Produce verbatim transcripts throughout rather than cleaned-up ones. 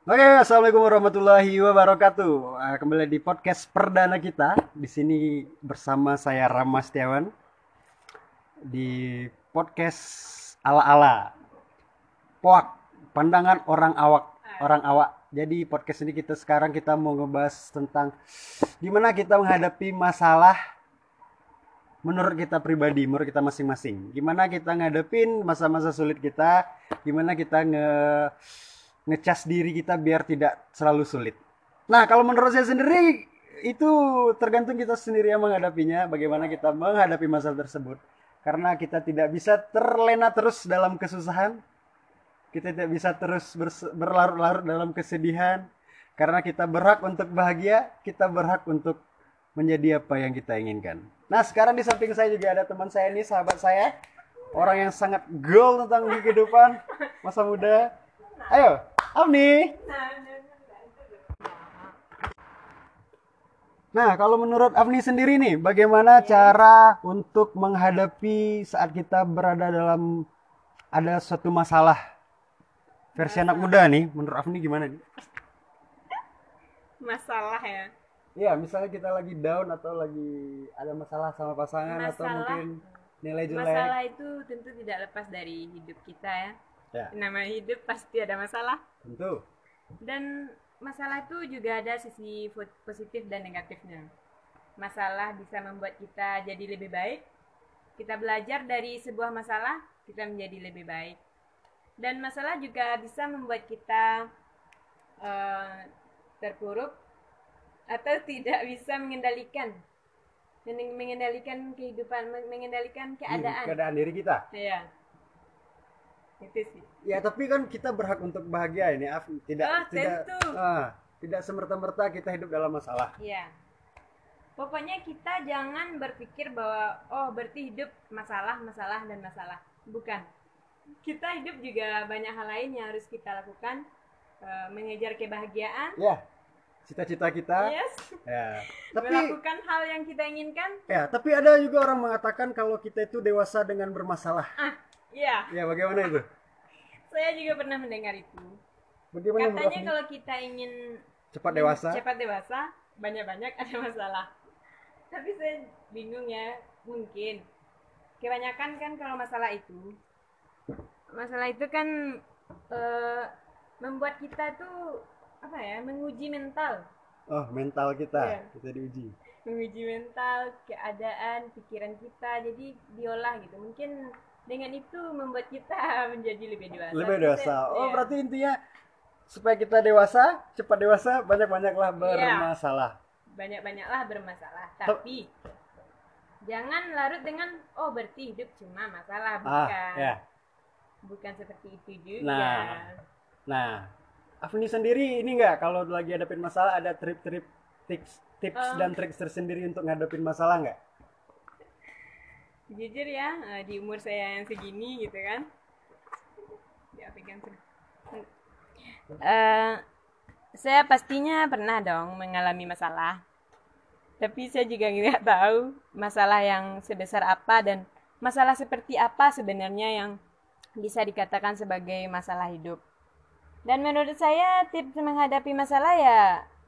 Oke, assalamualaikum warahmatullahi wabarakatuh. Ah, kembali di podcast perdana kita. Di sini bersama saya Rama Setiawan di podcast ala-ala Poak, pandangan orang awak, orang awak. Jadi podcast ini kita sekarang kita mau ngebahas tentang gimana kita menghadapi masalah menurut kita pribadi, menurut kita masing-masing. Gimana kita ngadepin masa-masa sulit kita, gimana kita nge ngecas diri kita biar tidak selalu sulit. Nah, kalau menurut saya sendiri itu tergantung kita sendiri yang menghadapinya, bagaimana kita menghadapi masalah tersebut. Karena kita tidak bisa terlena terus dalam kesusahan, kita tidak bisa terus berlarut-larut dalam kesedihan. Karena kita berhak untuk bahagia, kita berhak untuk menjadi apa yang kita inginkan. Nah, sekarang di samping saya juga ada teman saya ini, sahabat saya, orang yang sangat goal tentang kehidupan masa muda. Ayo, Afni. Nah, kalau menurut Afni sendiri nih, bagaimana cara untuk menghadapi saat kita berada dalam ada suatu masalah? Versi anak muda nih, menurut Afni gimana nih? Masalah ya. Iya, misalnya kita lagi down atau lagi ada masalah sama pasangan atau Masalah. mungkin nilai jelek. Masalah itu tentu tidak lepas dari hidup kita ya. Ya, Namanya hidup pasti ada masalah. tentu. Dan masalah itu juga ada sisi fo- positif dan negatifnya. Masalah bisa membuat kita jadi lebih baik. Kita belajar dari sebuah masalah, kita menjadi lebih baik. Dan masalah juga bisa membuat kita eh, terpuruk atau tidak bisa mengendalikan mengendalikan kehidupan, mengendalikan keadaan. Keadaan diri kita. Iya. Itu sih. Ya, tapi kan kita berhak untuk bahagia ini, Af. Tidak Oh, tidak tentu. ah, tidak semerta-merta kita hidup dalam masalah. Iya. Pokoknya kita jangan berpikir bahwa oh berarti hidup masalah, masalah dan masalah. Bukan. Kita hidup juga banyak hal lain yang harus kita lakukan. Eh, mengejar kebahagiaan. Ya, cita-cita kita. Yes. Ya. Tapi Melakukan hal yang kita inginkan. ya, tapi ada juga orang mengatakan kalau kita itu dewasa dengan bermasalah. Ah, iya. Ya, bagaimana itu? Saya juga pernah mendengar itu. Bagaimana menurut Katanya Afni? kalau kita ingin Cepat dewasa? cepat dewasa, banyak-banyak ada masalah. Tapi saya bingung ya, mungkin kebanyakan kan kalau masalah itu, masalah itu kan eh, membuat kita tuh apa ya, menguji mental, Oh, mental kita. Iya. Kita diuji. menguji mental, keadaan, pikiran kita, jadi diolah gitu. Mungkin dengan itu membuat kita menjadi lebih dewasa. Lebih Tapi dewasa. saya- Oh, iya. berarti intinya supaya kita dewasa, cepat dewasa, banyak-banyaklah Iya. bermasalah. Banyak-banyaklah bermasalah, tapi jangan larut dengan oh berarti hidup cuma masalah, Ah, bukan. ya. Bukan seperti itu juga. Nah, nah, Afni sendiri ini nggak kalau lagi hadapin masalah ada trip-trip tips tips Oh. dan trik tersendiri untuk ngadepin masalah nggak? Jujur ya, eh, di umur saya yang segini gitu kan. Ya, pegang sini. Eh, saya pastinya pernah dong mengalami masalah. Tapi saya juga nggak tahu masalah yang sebesar apa dan masalah seperti apa sebenarnya yang bisa dikatakan sebagai masalah hidup. Dan menurut saya tips menghadapi masalah ya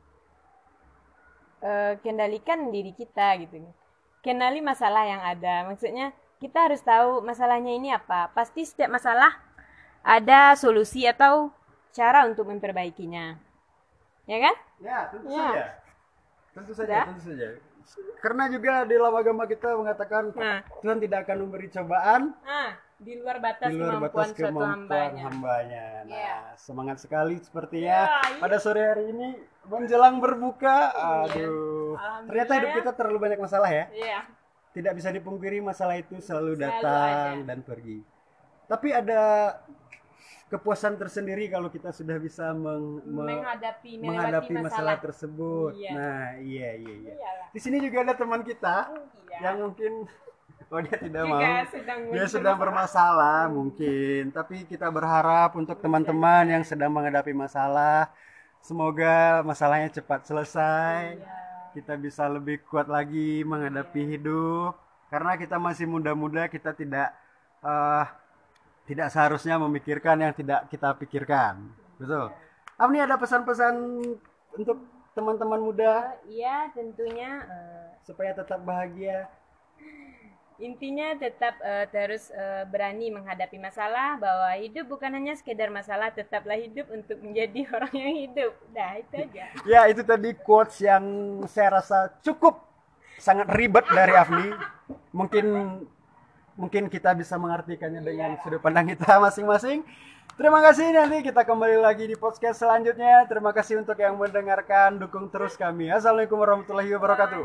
eh, kendalikan diri kita gitu. Kenali masalah yang ada. Maksudnya kita harus tahu masalahnya ini apa. Pasti setiap masalah ada solusi atau cara untuk memperbaikinya. Ya kan? Ya, tentu Ya. saja. Tentu saja, Ya. tentu saja. Karena juga di dalam agama kita mengatakan Nah. Tuhan tidak akan memberi cobaan Nah, di luar batas di luar kemampuan batas suatu kemampuan hambanya. hambanya. Nah, Iya. semangat sekali sepertinya Ya, iya. pada sore hari ini menjelang berbuka. Aduh, Alhamdulillah ternyata hidup ya. kita terlalu banyak masalah ya. Iya. Tidak bisa dipungkiri masalah itu selalu Selalu datang ada. dan pergi. Tapi ada kepuasan tersendiri kalau kita sudah bisa meng- me- menghadapi melewati menghadapi masalah masalah. tersebut. Iya. Nah, iya iya iya. Iyalah. Di sini juga ada teman kita Iya. yang mungkin oh dia tidak Juga mau. sedang Dia sedang bermasalah mungkin, tapi kita berharap untuk teman-teman yang sedang menghadapi masalah, semoga masalahnya cepat selesai. Iya. Kita bisa lebih kuat lagi menghadapi hidup. Karena kita masih muda-muda, kita tidak eh, tidak seharusnya memikirkan yang tidak kita pikirkan. Betul. Afni ada pesan-pesan untuk teman-teman muda Iya, tentunya eh, supaya tetap bahagia? intinya tetap eh, terus eh, berani menghadapi masalah, bahwa hidup bukan hanya sekedar masalah, tetaplah hidup untuk menjadi orang yang hidup. Dah, itu aja. Ya, itu tadi quotes yang saya rasa cukup sangat ribet dari Afni. Mungkin mungkin kita bisa mengartikannya dengan sudut pandang kita masing-masing. Terima kasih, nanti kita kembali lagi di podcast selanjutnya. Terima kasih untuk yang mendengarkan, dukung terus kami. Assalamualaikum warahmatullahi wabarakatuh.